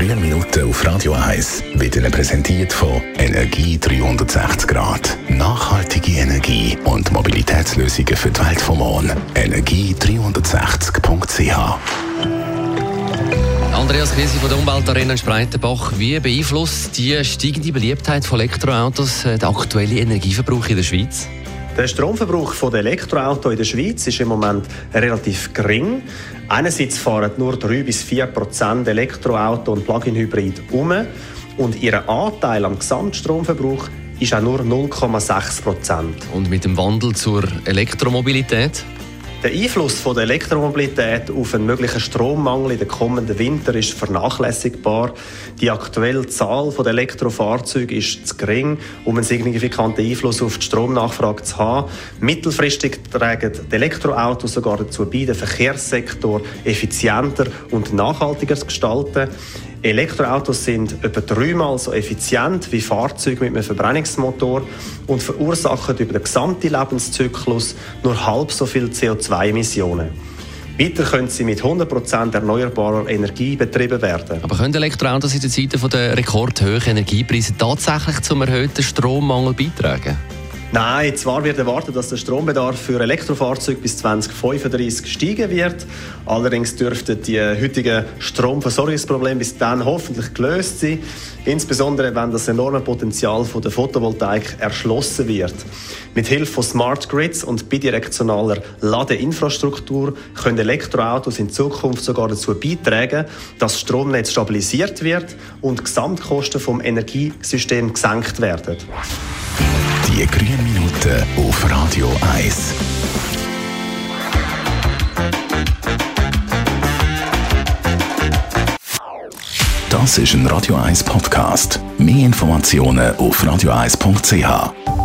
grünen Minuten auf Radio 1 wird Ihnen präsentiert von Energie 360 Grad. Nachhaltige Energie und Mobilitätslösungen für die Welt vom Morgen. Energie360.ch. Andreas Krise von der Umweltarena in Spreitenbach. Wie beeinflusst die steigende Beliebtheit von Elektroautos den aktuellen Energieverbrauch in der Schweiz? Der Stromverbrauch der Elektroautos in der Schweiz ist im Moment relativ gering. Einerseits fahren nur 3-4% Elektroauto und Plug-in-Hybrid um und ihr Anteil am Gesamtstromverbrauch ist auch nur 0,6%. Und mit dem Wandel zur Elektromobilität? Der Einfluss der Elektromobilität auf einen möglichen Strommangel in den kommenden Winter ist vernachlässigbar. Die aktuelle Zahl der Elektrofahrzeuge ist zu gering, um einen signifikanten Einfluss auf die Stromnachfrage zu haben. Mittelfristig tragen die Elektroautos sogar dazu bei, den Verkehrssektor effizienter und nachhaltiger zu gestalten. Elektroautos sind etwa 3-mal so effizient wie Fahrzeuge mit einem Verbrennungsmotor und verursachen über den gesamten Lebenszyklus nur halb so viel CO2-Emissionen. Weiter können sie mit 100% erneuerbarer Energie betrieben werden. Aber können Elektroautos in den Zeiten der rekordhohen Energiepreise tatsächlich zum erhöhten Strommangel beitragen? Nein, zwar wird erwartet, dass der Strombedarf für Elektrofahrzeuge bis 2035 steigen wird. Allerdings dürften die heutigen Stromversorgungsprobleme bis dann hoffentlich gelöst sein. Insbesondere, wenn das enorme Potenzial von der Photovoltaik erschlossen wird. Mit Hilfe von Smart Grids und bidirektionaler Ladeinfrastruktur können Elektroautos in Zukunft sogar dazu beitragen, dass das Stromnetz stabilisiert wird und die Gesamtkosten vom Energiesystem gesenkt werden. Die grünen Minuten auf Radio 1. Das ist ein Radio 1 Podcast. Mehr Informationen auf radio1.ch.